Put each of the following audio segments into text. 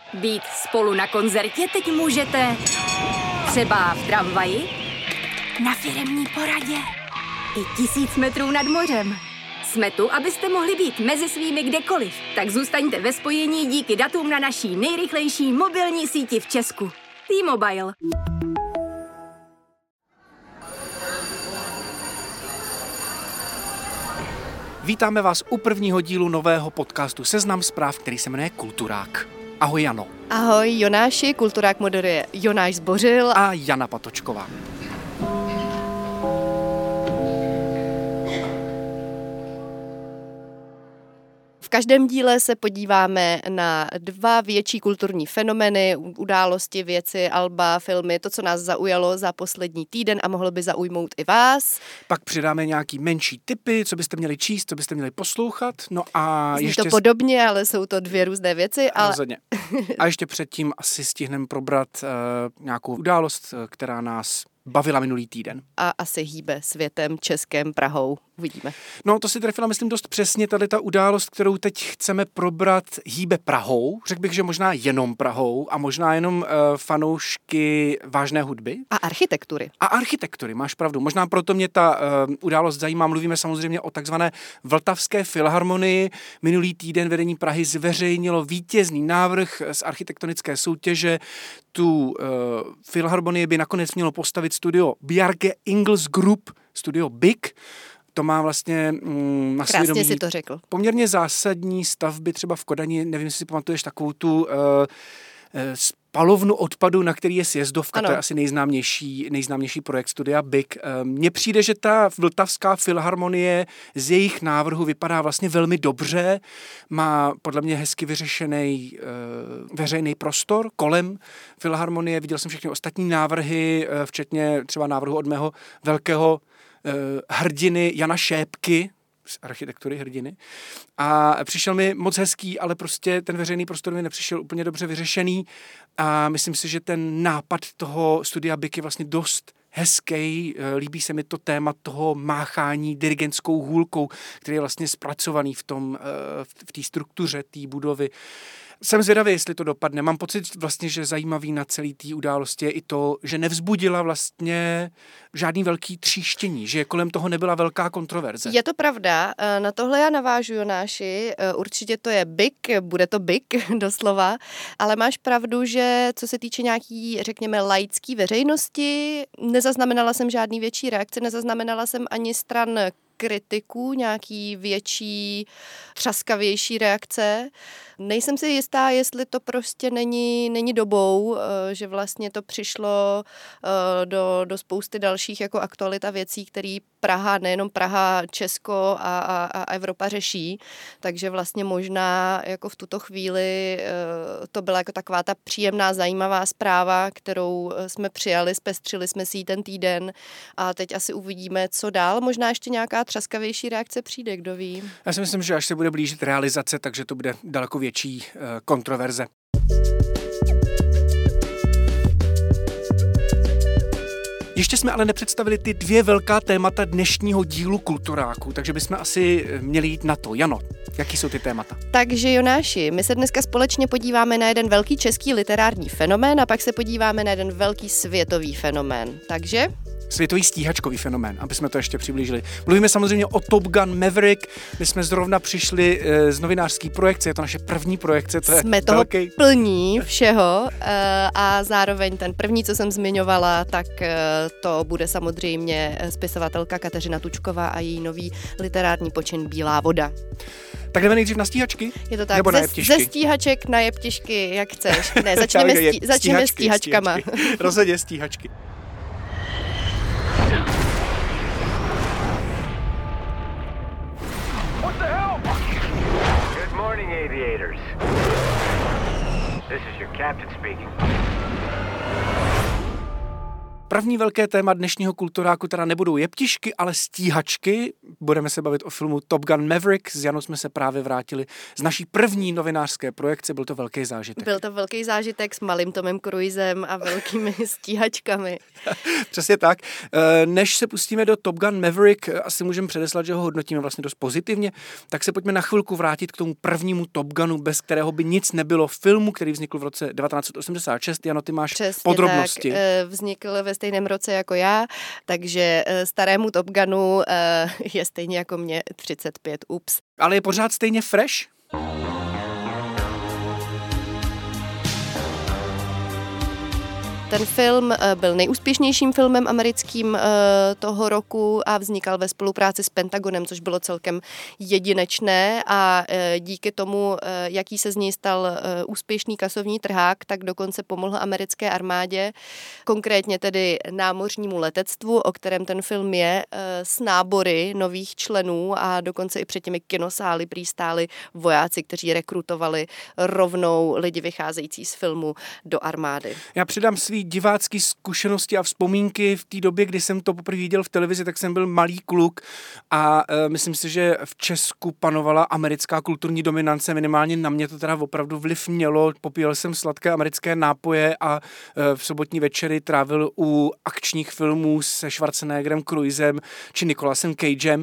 Být spolu na koncertě teď můžete třeba v tramvaji, na firemní poradě i 1000 metrů nad mořem. Jsme tu, abyste mohli být mezi svými kdekoliv. Tak zůstaňte ve spojení díky datům na naší nejrychlejší mobilní síti v Česku. T-Mobile. Vítáme vás u prvního dílu nového podcastu Seznam zpráv, který se jmenuje Kulturák. Ahoj Jano. Ahoj Jonáši, Kulturák moderuje Jonáš Zbořil a Jana Patočková. V každém díle se podíváme na 2 větší kulturní fenomény, události, věci, alba, filmy, to, co nás zaujalo za poslední týden a mohlo by zaujmout i vás. Pak přidáme nějaký menší tipy, co byste měli číst, co byste měli poslouchat. No a Zní ještě to podobně, ale jsou to 2 různé věci. Ale... Rozhodně. A ještě předtím asi stihneme probrat nějakou událost, která nás bavila minulý týden. A asi hýbe světem, Českem, Prahou. Uvidíme. No, to si trefila, myslím, dost přesně. Tady ta událost, kterou teď chceme probrat, hýbe Prahou. Řekl bych, že možná jenom Prahou a možná jenom fanoušky vážné hudby. A architektury. A architektury, máš pravdu. Možná proto mě ta událost zajímá. Mluvíme samozřejmě o takzvané Vltavské filharmonii. Minulý týden vedení Prahy zveřejnilo vítězný návrh z architektonické soutěže. Tu filharmonii by nakonec mělo postavit studio Bjarke Ingels Group, studio BIG. To má vlastně na svědomí si to řekl. Poměrně zásadní stavby, třeba v Kodani, nevím, jestli si pamatuješ takovou tu spalovnu odpadu, na který je sjezdovka, ano. To je asi nejznámější projekt studia BIG. Mně přijde, že ta Vltavská filharmonie z jejich návrhu vypadá vlastně velmi dobře, má podle mě hezky vyřešený veřejný prostor kolem filharmonie, viděl jsem všechny ostatní návrhy, včetně třeba návrhu od mého velkého hrdiny Jana Šépky, z architektury hrdiny. A přišel mi moc hezký, ale prostě ten veřejný prostor mi nepřišel úplně dobře vyřešený a myslím si, že ten nápad toho studia BIG je vlastně dost hezký. Líbí se mi to téma toho máchání dirigentskou hůlkou, který je vlastně zpracovaný v té struktuře té budovy. Jsem zvědavý, jestli to dopadne. Mám pocit vlastně, že zajímavý na celý té události je i to, že nevzbudila vlastně žádný velký tříštění, že kolem toho nebyla velká kontroverze. Je to pravda, na tohle já navážu, Jonáši, určitě to je BIG, bude to BIG doslova, ale máš pravdu, že co se týče nějaký, řekněme, laický veřejnosti, nezaznamenala jsem žádný větší reakce, nezaznamenala jsem ani stran kritiků, nějaký větší, třaskavější reakce. Nejsem si jistá, jestli to prostě není dobou, že vlastně to přišlo do spousty dalších jako aktualit a věcí, které Praha, nejenom Praha, Česko a Evropa řeší. Takže vlastně možná jako v tuto chvíli to byla jako taková ta příjemná, zajímavá zpráva, kterou jsme přijali, zpestřili jsme si ji ten týden a teď asi uvidíme, co dál. Možná ještě nějaká třaskavější reakce přijde, kdo ví. Já si myslím, že až se bude blížit realizace, takže to bude daleko větší kontroverze. Ještě jsme ale nepředstavili ty 2 velká témata dnešního dílu Kulturáku, takže bychom asi měli jít na to. Jano, jaký jsou ty témata? Takže Jonáši, my se dneska společně podíváme na jeden velký český literární fenomén a pak se podíváme na jeden velký světový fenomén. Takže... Světový stíhačkový fenomén, aby jsme to ještě přiblížili. Mluvíme samozřejmě o Top Gun Maverick. My jsme zrovna přišli z novinářský projekce, je to naše první projekce. Jsme toho plní všeho a zároveň ten první, co jsem zmiňovala, tak to bude samozřejmě spisovatelka Kateřina Tučková a její nový literární počin Bílá voda. Tak jdeme nejdřív na stíhačky? Je to tak, nebo ze stíhaček na jeptišky, jak chceš. Ne, začneme stíhačkama. Rozhodně stíhačky. Aviators. This is your captain speaking. První velké téma dnešního kulturáku teda nebudou jeptišky, ale stíhačky. Budeme se bavit o filmu Top Gun Maverick. S Janou jsme se právě vrátili z naší první novinářské projekce. Byl to velký zážitek. Byl to velký zážitek s malým Tomem Cruisem a velkými stíhačkami. Přesně tak. Než se pustíme do Top Gun Maverick, asi můžeme předeslat, že ho hodnotíme vlastně dost pozitivně, tak se pojďme na chvilku vrátit k tomu prvnímu Top Gunu, bez kterého by nic nebylo, filmu, který vznikl v roce 1986. Jano, ty máš přesně podrobnosti. Tak, vznikl ve stejném roce jako já, takže starému Top Gunu je stejně jako mě 35, ups. Ale je pořád stejně fresh? Ten film byl nejúspěšnějším filmem americkým toho roku a vznikal ve spolupráci s Pentagonem, což bylo celkem jedinečné a díky tomu, jaký se z něj stal úspěšný kasovní trhák, tak dokonce pomohl americké armádě, konkrétně tedy námořnímu letectvu, o kterém ten film je, s nábory nových členů a dokonce i před těmi kinosály prý stáli vojáci, kteří rekrutovali rovnou lidi vycházející z filmu do armády. Já přidám svý divácký zkušenosti a vzpomínky v té době, kdy jsem to poprvé viděl v televizi, tak jsem byl malý kluk a myslím si, že v Česku panovala americká kulturní dominance, minimálně na mě to teda opravdu vliv mělo, popíjel jsem sladké americké nápoje a v sobotní večery trávil u akčních filmů se Schwarzeneggerem, Cruisem či Nicolasem Cagem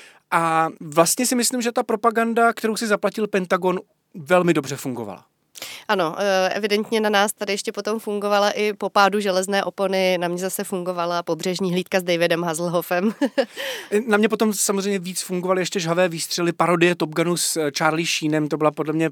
a vlastně si myslím, že ta propaganda, kterou si zaplatil Pentagon, velmi dobře fungovala. Ano, evidentně na nás tady ještě potom fungovala i po pádu železné opony, na mě zase fungovala Pobřežní hlídka s Davidem Hasselhoffem. Na mě potom samozřejmě víc fungovaly ještě Žhavé výstřely, parodie Top Gunu s Charlie Sheenem, to byla podle mě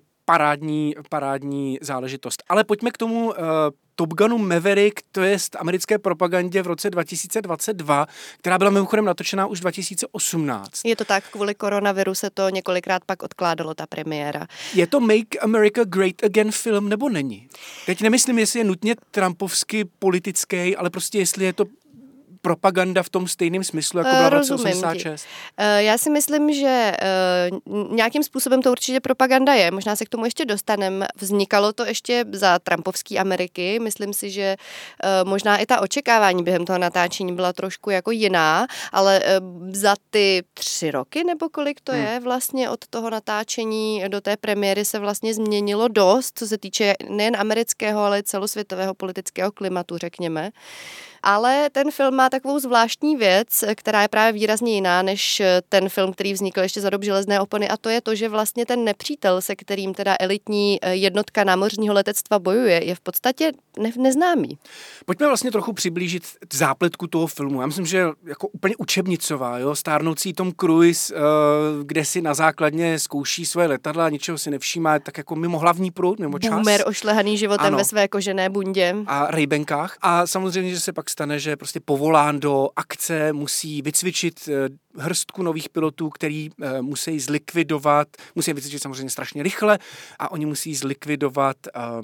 parádní záležitost. Ale pojďme k tomu Top Gunu Maverick, to je americké propagandě v roce 2022, která byla mimochodem natočená už 2018. Je to tak, kvůli koronaviru se to několikrát pak odkládalo, ta premiéra. Je to Make America Great Again film, nebo není? Teď nemyslím, jestli je nutně trumpovsky politický, ale prostě jestli je to propaganda v tom stejném smyslu, jako byla v roce 86. Já si myslím, že nějakým způsobem to určitě propaganda je. Možná se k tomu ještě dostaneme. Vznikalo to ještě za trumpovský Ameriky. Myslím si, že možná i ta očekávání během toho natáčení byla trošku jako jiná, ale za ty 3 roky, nebo kolik to je vlastně od toho natáčení do té premiéry se vlastně změnilo dost, co se týče nejen amerického, ale celosvětového politického klimatu, řekněme. Ale ten film má takovou zvláštní věc, která je právě výrazně jiná než ten film, který vznikl ještě za dob železné opony, a to je to, že vlastně ten nepřítel, se kterým teda elitní jednotka námořního letectva bojuje, je v podstatě neznámý. Pojďme vlastně trochu přiblížit zápletku toho filmu. Já myslím, že jako úplně učebnicová, jo? Stárnoucí Tom Cruise, kde si na základně zkouší svoje letadla, ničeho si nevšímá, tak jako mimo hlavní proud, mimo čas. Boomer ošlehaný životem ve své kožené bundě. A rejbenkách. A samozřejmě, že se pak stane, že prostě povolán do akce, musí vycvičit hrstku nových pilotů, který musí zlikvidovat, musí vycvičit samozřejmě strašně rychle a oni musí zlikvidovat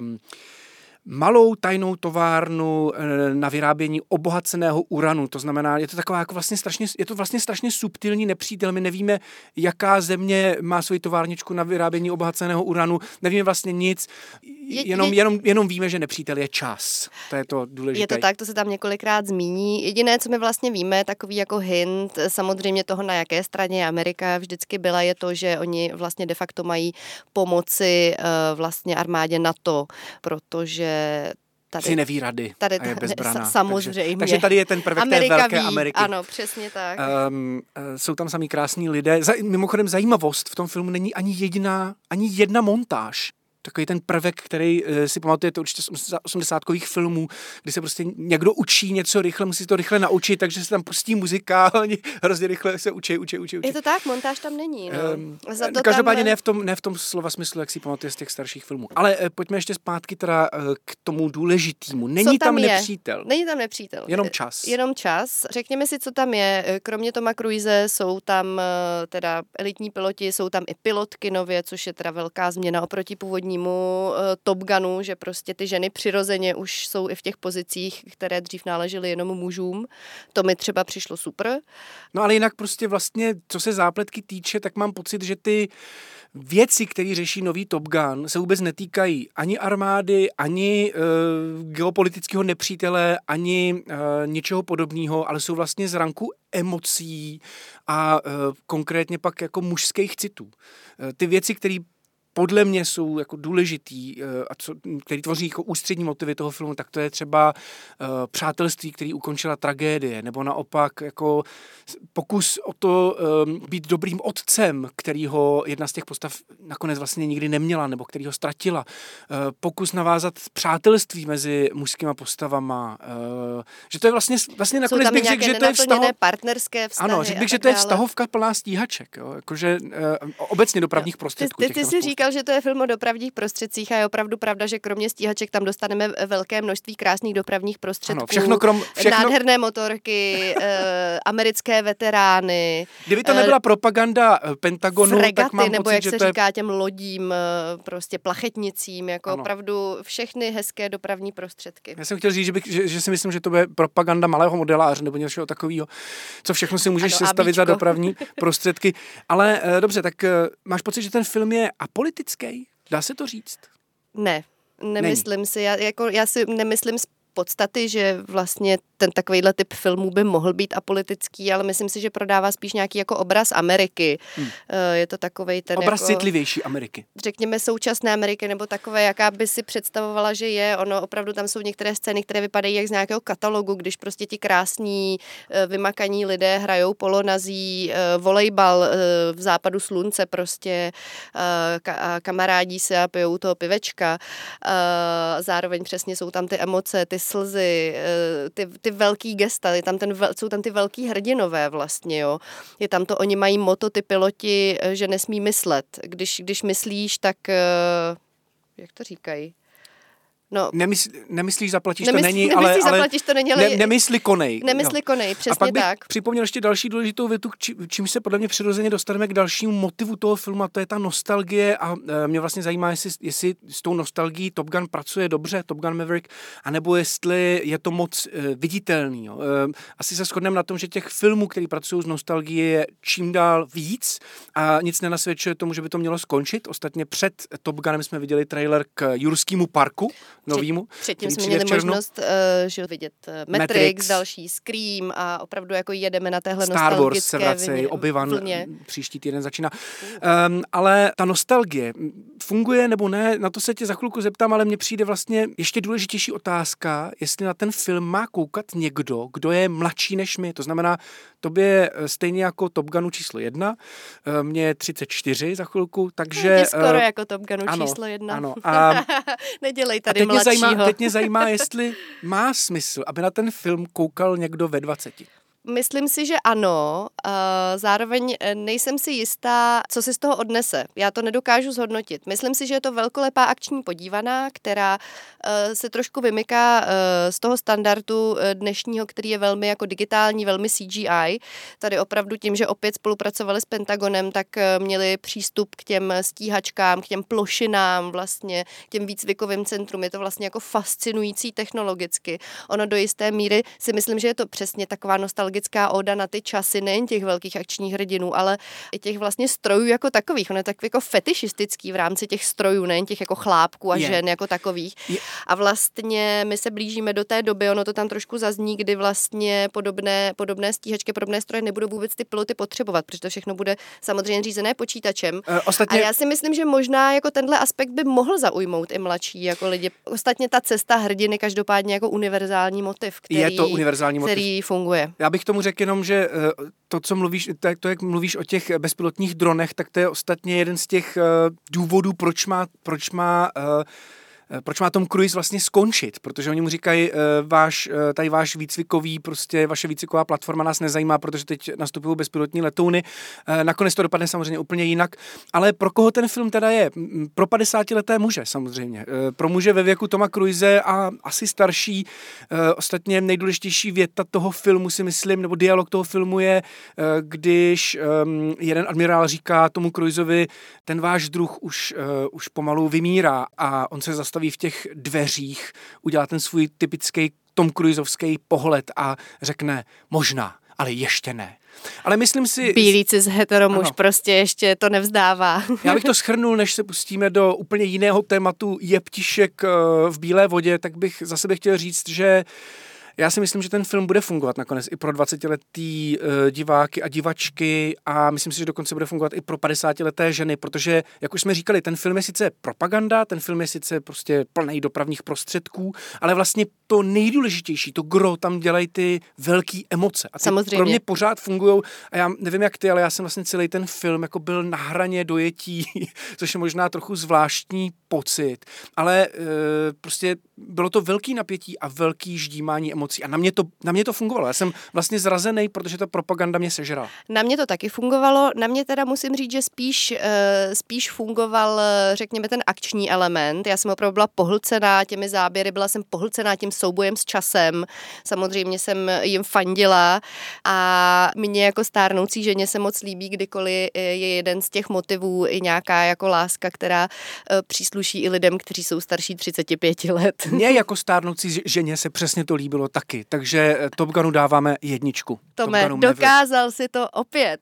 malou tajnou továrnu na vyrábění obohaceného uranu. To znamená, je to taková jako vlastně strašně subtilní nepřítel. My nevíme, jaká země má svoji továrničku na vyrábění obohaceného uranu. Nevíme vlastně nic. Jenom víme, že nepřítel je čas. To je to důležité. Je to tak, to se tam několikrát zmíní. Jediné, co my vlastně víme, takový jako hint, samozřejmě toho, na jaké straně Amerika vždycky byla, je to, že oni vlastně de facto mají pomoci vlastně armádě NATO, protože tady si neví rady a je bezbraná. Samozřejmě. Takže tady je ten prvek té velké ví. Ameriky. Ano, přesně tak. Jsou tam samý krásní lidé. Mimochodem zajímavost, v tom filmu není ani jedna montáž. Takový ten prvek, který si pamatujete určitě z 80kových filmů, kdy se prostě někdo učí něco rychle, musí to rychle naučit, takže se tam pustí muzika a oni hrozně rychle se učí. Je to tak, montáž tam není. No. Každopádně ne v tom slova smyslu, jak si pamatuje z těch starších filmů. Ale pojďme ještě zpátky teda k tomu důležitému. Není tam nepřítel. Není tam nepřítel. Jenom čas. Řekněme si, co tam je. Kromě Toma Cruise jsou tam teda elitní piloti, jsou tam i pilotky nově, což je teda velká změna oproti původní dnešnímu Top Gunu, že prostě ty ženy přirozeně už jsou i v těch pozicích, které dřív náležely jenom mužům. To mi třeba přišlo super. No ale jinak prostě vlastně, co se zápletky týče, tak mám pocit, že ty věci, které řeší nový Top Gun, se vůbec netýkají ani armády, ani geopolitického nepřítele, ani něčeho podobného, ale jsou vlastně z ranku emocí a konkrétně pak jako mužských citů. Ty věci, které podle mě jsou jako důležitý a který tvoří jako ústřední motivy toho filmu, tak to je třeba přátelství, který ukončila tragédie, nebo naopak jako pokus o to být dobrým otcem, kterýho jedna z těch postav nakonec vlastně nikdy neměla, nebo kterýho ztratila. Pokus navázat přátelství mezi mužskýma postavama. Že to je vlastně nakonec bych řekl, že to je partnerské vztahy. Ano, řekl bych, že to je vztahovka plná stíhaček. Jo? Jakože obecně dopravních prostředků. Ty si říkal, že to je film o dopravních prostředcích a je opravdu pravda, že kromě stíhaček tam dostaneme velké množství krásných dopravních prostředků. Ano, všechno. Nádherné motorky, americké veterány. Kdyby to nebyla propaganda Pentagonu, fregaty, tak mám nebo pocit, jak že se to je... říká těm lodím, prostě plachetnicím, jako ano. Opravdu všechny hezké dopravní prostředky. Já jsem chtěl říct, že si myslím, že to bude propaganda malého modeláře nebo něčeho takového, co všechno si můžeš sestavit za dopravní prostředky. Ale dobře, tak máš pocit, že ten film je apolitický? Dá se to říct? Ne, nemyslím si. Já si nemyslím z podstaty, že vlastně ten takovýhle typ filmů by mohl být apolitický, ale myslím si, že prodává spíš nějaký jako obraz Ameriky. Je to takovej ten obraz jako, citlivější Ameriky. Řekněme současné Ameriky, nebo takové, jaká by si představovala, že je. Ono opravdu tam jsou některé scény, které vypadají jak z nějakého katalogu, když prostě ti krásní, vymakaní lidé hrajou polonazí, volejbal v západu slunce prostě, kamarádí se a pijou toho pivečka. Zároveň přesně jsou tam ty emoce, ty slzy, ty velký gesta, jsou tam ty velký hrdinové vlastně, jo. Je tam to, oni mají motto, ty piloti, že nesmí myslet. Když myslíš, tak jak to říkají? No, nemyslíš, zaplatíš, to není, ale nemysli, konej. Nemysli, konej, přesně a pak bych tak. Připomněl ještě další důležitou větu, čím se podle mě přirozeně dostaneme k dalšímu motivu toho filmu, a to je ta nostalgie a mě vlastně zajímá, jestli s tou nostalgií Top Gun pracuje dobře, Top Gun Maverick, anebo jestli je to moc viditelný. Jo. Asi se shodneme na tom, že těch filmů, který pracují s nostalgií, je čím dál víc a nic nenasvědčuje tomu, že by to mělo skončit. Ostatně před Top Gunem jsme viděli trailer k Jurskému parku, novýmu. Předtím jsme měli možnost vidět Matrix, další Scream a opravdu jako jedeme na téhle Star Wars se vracejí, Obi-Wan příští týden začíná. Ale ta nostalgie funguje nebo ne, na to se tě za chvilku zeptám, ale mně přijde vlastně ještě důležitější otázka, jestli na ten film má koukat někdo, kdo je mladší než my. To znamená, tobě stejně jako Top Gunu číslo 1, mě je 34 za chvilku, takže... Je skoro jako Top Gunu číslo 1. Ano. Nedělej tady mladšího. Teď mě zajímá, jestli má smysl, aby na ten film koukal někdo ve 20. Myslím si, že ano. Zároveň nejsem si jistá, co si z toho odnese. Já to nedokážu zhodnotit. Myslím si, že je to velkolepá akční podívaná, která se trošku vymyká z toho standardu dnešního, který je velmi jako digitální, velmi CGI. Tady opravdu tím, že opět spolupracovali s Pentagonem, tak měli přístup k těm stíhačkám, k těm plošinám vlastně, k těm výcvikovým centrum. Je to vlastně jako fascinující technologicky. Ono do jisté míry si myslím, že je to přesně taková nostalgická oda na ty časy, nejen těch velkých akčních hrdinů, ale i těch vlastně strojů jako takových. On je tak jako fetišistický v rámci těch strojů, nejen těch jako chlápků a žen jako takových. A vlastně my se blížíme do té doby, ono to tam trošku zazní, kdy vlastně podobné stíhačky, podobné stroje nebudou vůbec ty piloty potřebovat, protože to všechno bude samozřejmě řízené počítačem. A já si myslím, že možná jako tenhle aspekt by mohl zaujmout i mladší jako lidi. Ostatně ta cesta hrdiny každopádně jako univerzální motiv, který funguje. Já bych tomu řekl jenom, že to, co mluvíš, jak mluvíš o těch bezpilotních dronech, tak to je ostatně jeden z těch důvodů, proč má proč má Tom Cruise vlastně skončit, protože oni mu říkají, tady váš výcvikový, prostě vaše výcviková platforma nás nezajímá, protože teď nastupují bezpilotní letouny. Nakonec to dopadne samozřejmě úplně jinak, ale pro koho ten film teda je? Pro 50leté muže samozřejmě. Pro muže ve věku Toma Cruise a asi starší. Ostatně nejdůležitější věta toho filmu si myslím, nebo dialog toho filmu je, když jeden admirál říká tomu Cruiseovi, ten váš druh už pomalu vymírá a on se zastaví v těch dveřích, udělá ten svůj typický Tom Cruiseovský pohled a řekne možná, ale ještě ne. Ale myslím si... Bílý cis heteromuž prostě ještě to nevzdává. Já bych to shrnul, než se pustíme do úplně jiného tématu jeptišek v bílé vodě, tak bych za sebe chtěl říct, že já si myslím, že ten film bude fungovat nakonec i pro 20letý diváky a divačky a myslím si, že dokonce bude fungovat i pro 50leté ženy, protože, jak už jsme říkali, ten film je sice propaganda, ten film je sice prostě plný dopravních prostředků, ale vlastně to nejdůležitější, to gro, tam dělají ty velký emoce. A ty samozřejmě pro mě pořád fungujou a já nevím jak ty, ale já jsem vlastně celý ten film jako byl na hraně dojetí, což je možná trochu zvláštní pocit, ale prostě bylo to velký napětí a velký ždímání emocí a na mě to fungovalo. Já jsem vlastně zrazený, protože ta propaganda mě sežrala. Na mě to taky fungovalo. Na mě teda musím říct, že spíš fungoval, řekněme, ten akční element. Já jsem opravdu byla pohlcená těmi záběry, byla jsem pohlcená tím soubojem s časem. Samozřejmě jsem jim fandila a mě jako stárnoucí ženě se moc líbí, kdykoliv je jeden z těch motivů i nějaká jako láska, která přísluší i lidem, kteří jsou starší 35 let. Mně jako stárnoucí ženě se přesně to líbilo taky, takže Top Gunu dáváme 1. Tome, dokázal si to opět.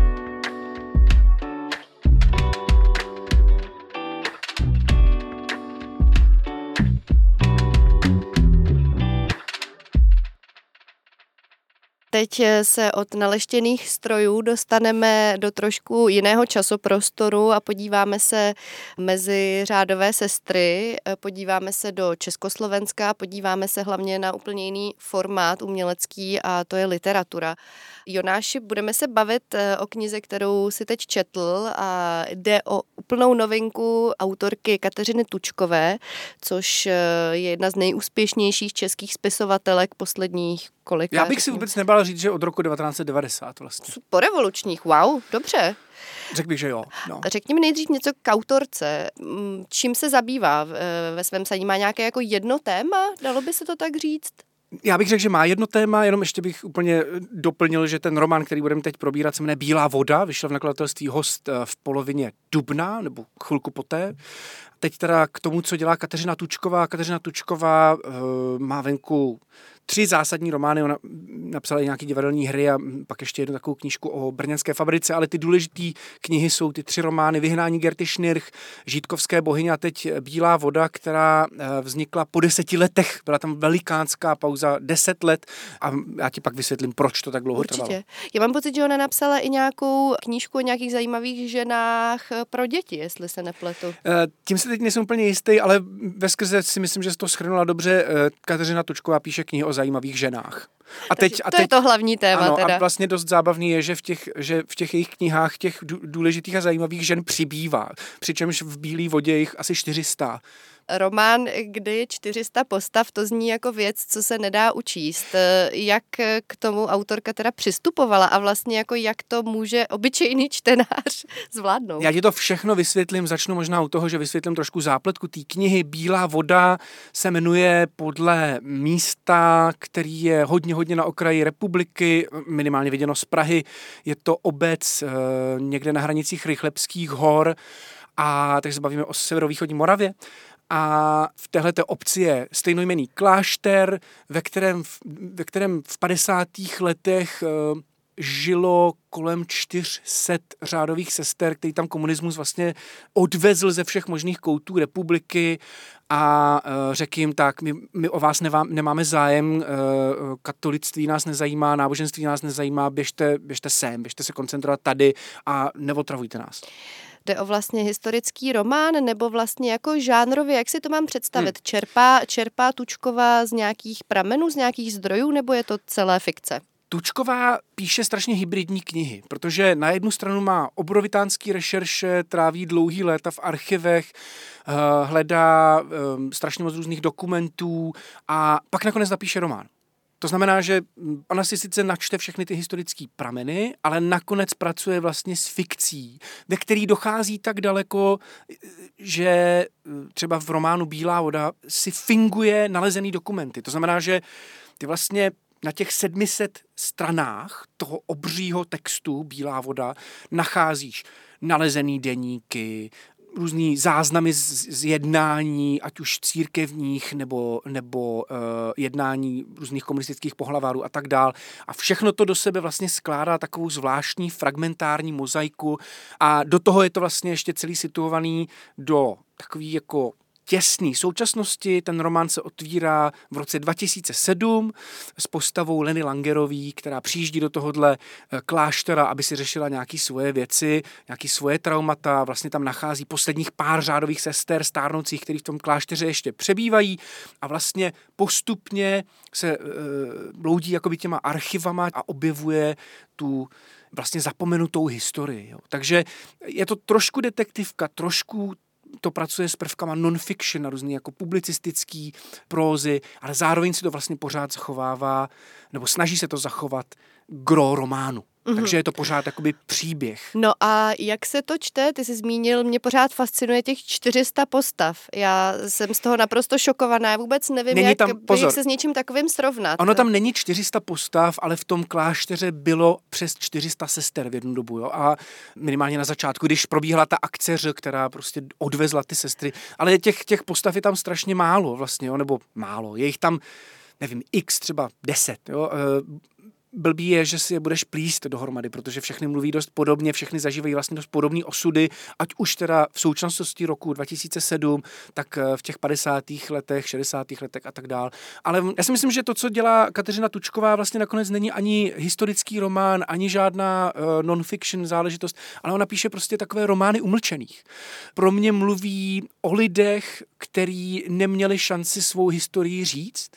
Teď se od naleštěných strojů dostaneme do trošku jiného časoprostoru a podíváme se mezi řádové sestry, podíváme se do Československa, podíváme se hlavně na úplně jiný formát umělecký a to je literatura. Jonáši, budeme se bavit o knize, kterou si teď četl a jde o úplnou novinku autorky Kateřiny Tučkové, což je jedna z nejúspěšnějších českých spisovatelek posledních kolika. Já bych si vůbec nebál říct, že od roku 1990 vlastně. Porevolučních, wow, dobře. Řekl bych, že jo. No. Řekni mi nejdřív něco k autorce. Čím se zabývá ve svém psaní? Má nějaké jako jedno téma? Dalo by se to tak říct? Já bych řekl, že má jedno téma, jenom ještě bych úplně doplnil, že ten román, který budeme teď probírat, se jmenuje Bílá voda, vyšel v nakladatelství Host v polovině dubna, nebo chvilku poté. Teď teda k tomu, co dělá Kateřina Tučková. Kateřina Tučková má venku 3 zásadní romány, ona napsala i nějaký divadelní hry a pak ještě jednu takovou knížku o brněnské fabrice, ale ty důležitý knihy jsou ty 3 romány Vyhnání Gerty Schnirch, Žítkovské bohyně a teď Bílá voda, která vznikla po 10 letech. Byla tam velikánská pauza 10 let a já ti pak vysvětlím, proč to tak dlouho trvalo. Určitě. Já mám pocit, že ona napsala i nějakou knížku o nějakých zajímavých ženách pro děti, jestli se nepletu. Tím se teď nejsem úplně jistý, ale veskrze si myslím, že jsi to shrnula dobře. Kateřina Tučková píše knihy o zajímavých ženách. A teď je to hlavní téma ano, teda. A vlastně dost zábavný je, že v těch jejich knihách těch důležitých a zajímavých žen přibývá. Přičemž v Bílé vodě je jich asi 400. Román, kde je 400 postav, to zní jako věc, co se nedá učíst. Jak k tomu autorka teda přistupovala a vlastně jako jak to může obyčejný čtenář zvládnout? Já ti to všechno vysvětlím, začnu možná u toho, že vysvětlím trošku zápletku té knihy. Bílá voda se jmenuje podle místa, který je hodně na okraji republiky, minimálně viděno z Prahy. Je to obec někde na hranicích Rychlebských hor, a takže se bavíme o severovýchodní Moravě. A v téhleté obci je stejnojmenný klášter, ve kterém v 50. letech žilo kolem 400 řádových sester, který tam komunismus vlastně odvezl ze všech možných koutů republiky a řekl jim tak, my o vás nemáme zájem, katolictví nás nezajímá, náboženství nás nezajímá, běžte sem, běžte se koncentrovat tady a neotravujte nás. Jde o vlastně historický román, nebo vlastně jako žánrově, jak si to mám představit? Čerpá Tučková z nějakých pramenů, z nějakých zdrojů, nebo je to celé fikce? Tučková píše strašně hybridní knihy, protože na jednu stranu má obrovitánský rešerše, tráví dlouhý léta v archivech, hledá strašně moc různých dokumentů a pak nakonec napíše román. To znamená, že ona si sice načte všechny ty historické prameny, ale nakonec pracuje vlastně s fikcí, ve který dochází tak daleko, že třeba v románu Bílá voda si finguje nalezený dokumenty. To znamená, že ty vlastně na těch 700 stranách toho obřího textu Bílá voda nacházíš nalezený deníky, různý záznamy z jednání, ať už církevních nebo jednání různých komunistických pohlavárů a tak dál. A všechno to do sebe vlastně skládá takovou zvláštní fragmentární mozaiku a do toho je to vlastně ještě celý situovaný do takový jako těsný současnosti. Ten román se otvírá v roce 2007 s postavou Leny Langerový, která přijíždí do tohohle kláštera, aby si řešila nějaké svoje věci, nějaké svoje traumata. Vlastně tam nachází posledních pár řádových sester stárnoucích, který v tom klášteře ještě přebývají a vlastně postupně se bloudí jakoby těma archivama a objevuje tu vlastně zapomenutou historii. Jo. Takže je to trošku detektivka, trošku to pracuje s prvkama non-fiction a různý jako publicistický prózy, ale zároveň si to vlastně pořád zachovává, nebo snaží se to zachovat gro románu. Mm-hmm. Takže je to pořád jakoby příběh. No a jak se to čte? Ty jsi zmínil, mě pořád fascinuje těch 400 postav. Já jsem z toho naprosto šokovaná. Já vůbec nevím, jak se s něčím takovým srovnat. Ono tam není 400 postav, ale v tom klášteře bylo přes 400 sester v jednu dobu. Jo? A minimálně na začátku, když probíhala ta akce, která prostě odvezla ty sestry. Ale těch postav je tam strašně málo vlastně, jo? Nebo málo. Je jich tam, nevím, x třeba 10, jo? Blbý je, že si je budeš plíst dohromady, protože všechny mluví dost podobně, všechny zažívají vlastně dost podobné osudy, ať už teda v současnosti roku 2007, tak v těch 50. letech, 60. letech a tak dál. Ale já si myslím, že to, co dělá Kateřina Tučková, vlastně nakonec není ani historický román, ani žádná non-fiction záležitost, ale ona píše prostě takové romány umlčených. Pro mě mluví o lidech, kteří neměli šanci svou historii říct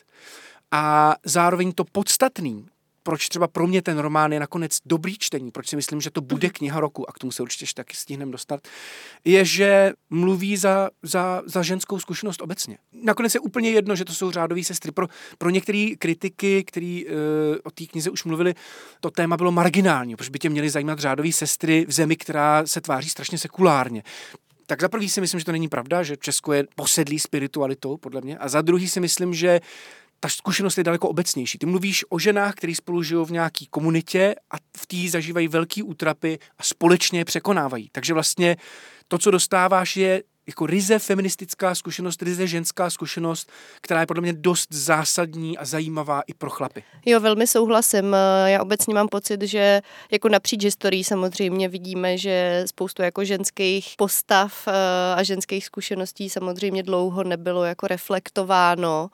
a zároveň to podstatný, proč třeba pro mě ten román je nakonec dobrý čtení, proč si myslím, že to bude kniha roku, a k tomu se určitě taky stihneme dostat, je, že mluví za ženskou zkušenost obecně. Nakonec je úplně jedno, že to jsou řádové sestry. Pro některé kritiky, který o té knize už mluvili, to téma bylo marginální, protože by tě měly zajímat řádové sestry v zemi, která se tváří strašně sekulárně. Tak za prvý si myslím, že to není pravda, že Česko je posedlý spiritualitou, podle mě, a za druhý si myslím, že ta zkušenost je daleko obecnější. Ty mluvíš o ženách, které spolu žijou v nějaké komunitě a v té zažívají velký útrapy a společně je překonávají. Takže vlastně to, co dostáváš, je jako ryze feministická zkušenost, ryze ženská zkušenost, která je podle mě dost zásadní a zajímavá i pro chlapy. Jo, velmi souhlasím. Já obecně mám pocit, že jako napříč historií samozřejmě vidíme, že spoustu jako ženských postav a ženských zkušeností samozřejmě dlouho nebylo jako reflektováno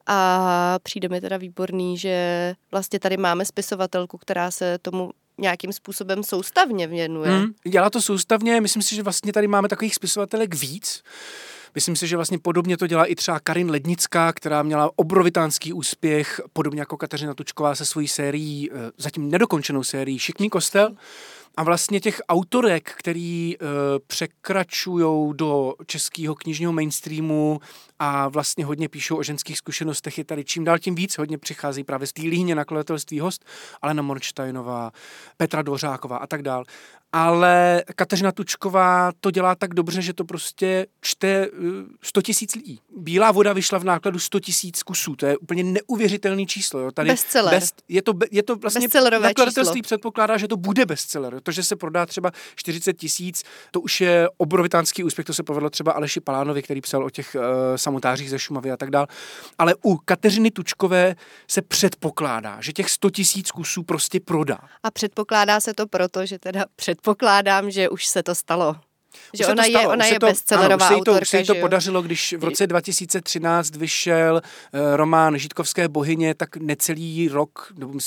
a přijde mi teda výborný, že vlastně tady máme spisovatelku, která se tomu nějakým způsobem soustavně věnuje. Dělá to soustavně, myslím si, že vlastně tady máme takových spisovatelek víc. Myslím si, že vlastně podobně to dělá i třeba Karin Lednická, která měla obrovitánský úspěch, podobně jako Kateřina Tučková se svojí sérií, zatím nedokončenou sérií Šikmý kostel. A vlastně těch autorek, který překračujou do českého knižního mainstreamu a vlastně hodně píšou o ženských zkušenostech, je tady čím dál tím víc. Hodně přichází právě z té líhně nakladatelství Host, Alena Mornsteinová, Petra Dvořáková a tak dál. Ale Kateřina Tučková to dělá tak dobře, že to prostě čte 100 000 lidí. Bílá voda vyšla v nákladu 100 000 kusů. To je úplně neuvěřitelný číslo. Jo. Tady bestseller. Je to vlastně nakladatelství předpokládá, že to bude bestseller. To, že se prodá třeba 40 000, to už je obrovitánský úspěch. To se povedlo třeba Aleši Palánovi, který psal o těch samotářích ze Šumavy a tak dál. Ale u Kateřiny Tučkové se předpokládá, že těch 100 000 kusů prostě prodá. A předpokládá se to proto, že teda předpokládám, že už se to stalo. Že ona je bestsellerová autorka. Už se jí to podařilo, když v roce 2013 vyšel román Žítkovské bohyně, tak necelý rok, nebo myslím, že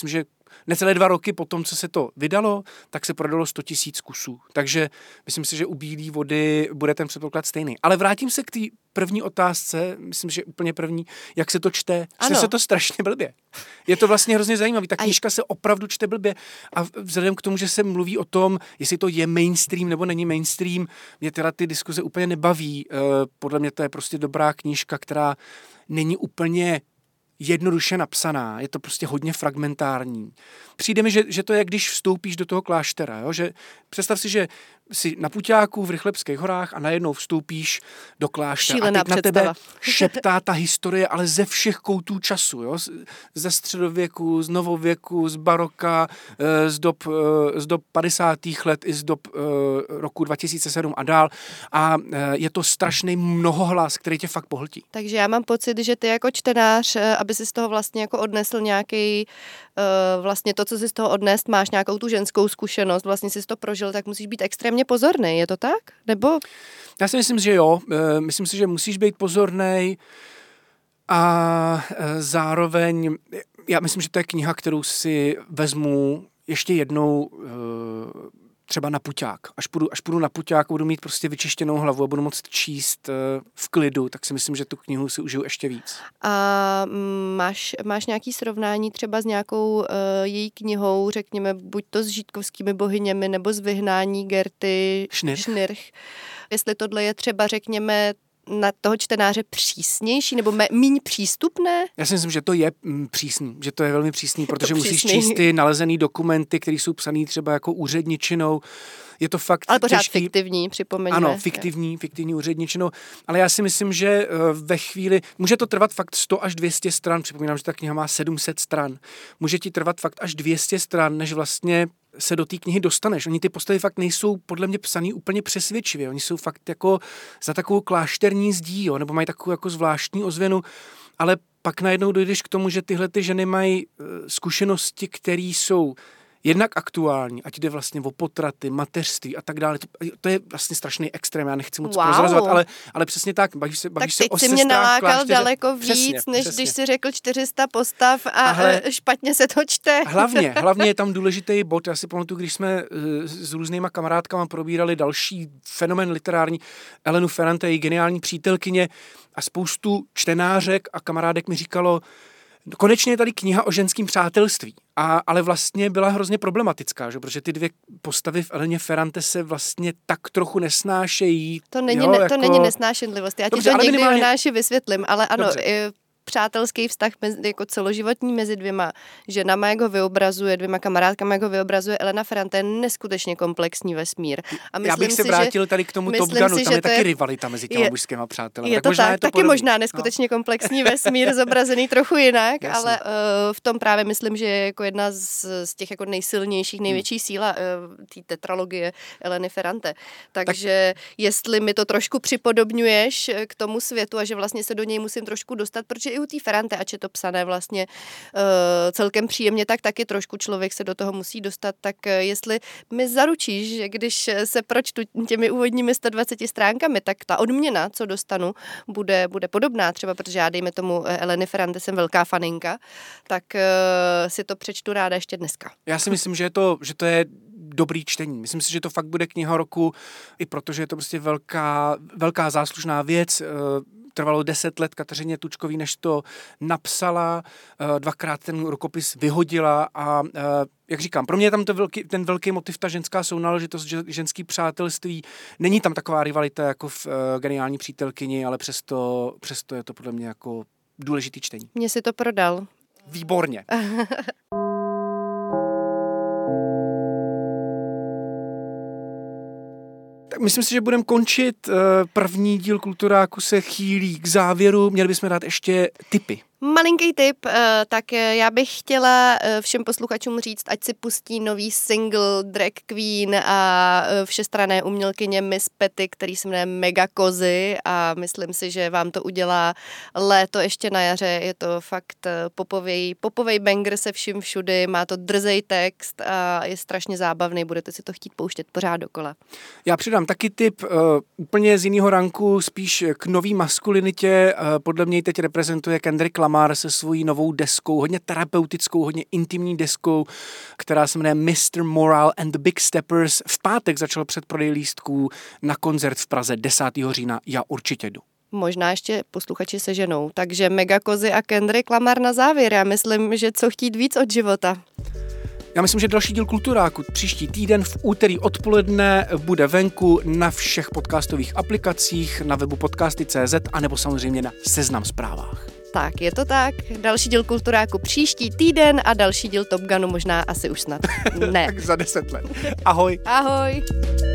necelé 2 roky po tom, co se to vydalo, tak se prodalo 100 000 kusů. Takže myslím si, že u Bílé vody bude ten předpoklad stejný. Ale vrátím se k té první otázce, myslím, že úplně první, jak se to čte. Čte se to strašně blbě. Je to vlastně hrozně zajímavé. Ta knížka se opravdu čte blbě a vzhledem k tomu, že se mluví o tom, jestli to je mainstream nebo není mainstream, mě teda ty diskuze úplně nebaví. Podle mě to je prostě dobrá knížka, která není úplně jednoduše napsaná, je to prostě hodně fragmentární. Přijde mi, že to je, když vstoupíš do toho kláštera, jo? Že představ si, že jsi na puťáku v Rychlebských horách a najednou vstoupíš do kláštera. Šílená a teď představa. na tebe šeptá ta historie, ale ze všech koutů času, jo? Ze středověku, z novověku, z baroka, z dob 50. let i z dob roku 2007 a dál. A je to strašný mnohohlas, který tě fakt pohltí. Takže já mám pocit, že ty jako čtenář, aby si z toho vlastně jako odnesl nějaký vlastně to, co si z toho odnést, máš nějakou tu ženskou zkušenost, vlastně jsi to prožil, tak musíš být extrémně pozorný, je to tak? Nebo? Já si myslím, že jo. Myslím si, že musíš být pozornej a zároveň, já myslím, že to je kniha, kterou si vezmu ještě jednou třeba na puťák. Až půjdu na puťák, budu mít prostě vyčištěnou hlavu a budu moct číst v klidu, tak si myslím, že tu knihu si užiju ještě víc. A máš nějaký srovnání třeba s nějakou její knihou, řekněme, buď to s Žítkovskými bohyněmi, nebo s Vyhnání Gerty Schnirch. Jestli tohle je třeba, řekněme, na toho čtenáře přísnější nebo míň přístupné? Já si myslím, že to je přísný, že to je velmi přísný, protože musíš číst ty nalezený dokumenty, které jsou psaný třeba jako úředničinou. Je to fakt ale pořád těžký. Fiktivní, připomeňme. Ano, fiktivní úředničinou, ale já si myslím, že ve chvíli, může to trvat fakt 100 až 200 stran, připomínám, že ta kniha má 700 stran, může ti trvat fakt až 200 stran, než vlastně se do té knihy dostaneš. Oni ty postavy fakt nejsou podle mě psaný úplně přesvědčivě, oni jsou fakt jako za takovou klášterní zdí, jo, nebo mají takovou jako zvláštní ozvěnu, ale pak najednou dojdeš k tomu, že tyhle ty ženy mají zkušenosti, které jsou jednak aktuální, ať jde vlastně o potraty, mateřství a tak dále. To je vlastně strašný extrém, já nechci moc prozrazovat, ale přesně tak, bavíš se o sestrách. Tak teď si mě nalákal klášteře. daleko víc, než když si řekl 400 postav a špatně se to čte. Hlavně je tam důležitý bod. Já si pamatuju, když jsme s různýma kamarádkama probírali další fenomén literární, Elenu Ferrante, její geniální přítelkyně, a spoustu čtenářek a kamarádek mi říkalo, konečně je tady kniha o ženském přátelství, ale vlastně byla hrozně problematická, že? Protože ty dvě postavy v Eleně Ferrante se vlastně tak trochu nesnášejí. To není nesnášenlivost, já ti to někdy Jonáši vysvětlím, ale ano, přátelský vztah jako celoživotní mezi dvěma ženama, jak ho vyobrazuje, dvěma kamarádkama, jak ho vyobrazuje Elena Ferrante, je neskutečně komplexní vesmír. A já bych se vrátil tady k tomu Top Gunu, tam je taky rivalita mezi těma mužskýma přáteli. Je to tak, taky možná neskutečně komplexní vesmír, zobrazený trochu jinak, ale v tom právě myslím, že je jako jedna z těch jako nejsilnějších, největší síla té tetralogie Eleny Ferrante. Takže jestli mi to trošku připodobňuješ k tomu světu a že vlastně se do něj musím trošku dostat, protože i u té Ferrante, ač je to psané vlastně celkem příjemně, tak taky trošku člověk se do toho musí dostat, tak jestli mi zaručíš, že když se pročtu těmi úvodními 120 stránkami, tak ta odměna, co dostanu, bude podobná třeba, protože já dejme tomu Eleny Ferrante, jsem velká faninka, tak si to přečtu ráda ještě dneska. Já si myslím, že to je dobrý čtení. Myslím si, že to fakt bude kniha roku, i protože je to prostě velká záslužná věc. Trvalo 10 let Kateřině Tučkový, než to napsala, 2krát ten rukopis vyhodila a jak říkám, pro mě je tam ten velký motiv, ta ženská sounáležitost, ženský přátelství. Není tam taková rivalita jako v Geniální přítelkyni, ale přesto je to podle mě jako důležitý čtení. Mně si to prodal. Výborně. Tak myslím si, že budeme končit. První díl Kulturáku se chýlí k závěru. Měli bychom dát ještě tipy. Malinký tip, tak já bych chtěla všem posluchačům říct, ať si pustí nový single Drag Queen a všestranné umělkyně Miss Petty, který se jmenuje Mega Kozy a myslím si, že vám to udělá léto ještě na jaře. Je to fakt popovej banger se vším všudy, má to drzej text a je strašně zábavný, budete si to chtít pouštět pořád dokola. Já přidám taky tip úplně z jiného ranku, spíš k nový maskulinitě. Podle mě teď reprezentuje Kendrick Lamar, Lamar se svojí novou deskou, hodně terapeutickou, hodně intimní deskou, která se jmenuje Mr. Moral and the Big Steppers. V pátek začal předprodej lístků na koncert v Praze 10. října. Já určitě jdu. Možná ještě posluchači se ženou. Takže Megakozy a Kendrick Lamar na závěr. Já myslím, že co chtít víc od života. Já myslím, že další díl Kulturáku příští týden v úterý odpoledne bude venku na všech podcastových aplikacích, na webu podcasty.cz a nebo samozřejmě na Seznam Zprávách. Tak, je to tak. Další díl Kulturáku příští týden a další díl Top Gunu možná asi už snad ne. Tak za 10 let. Ahoj. Ahoj.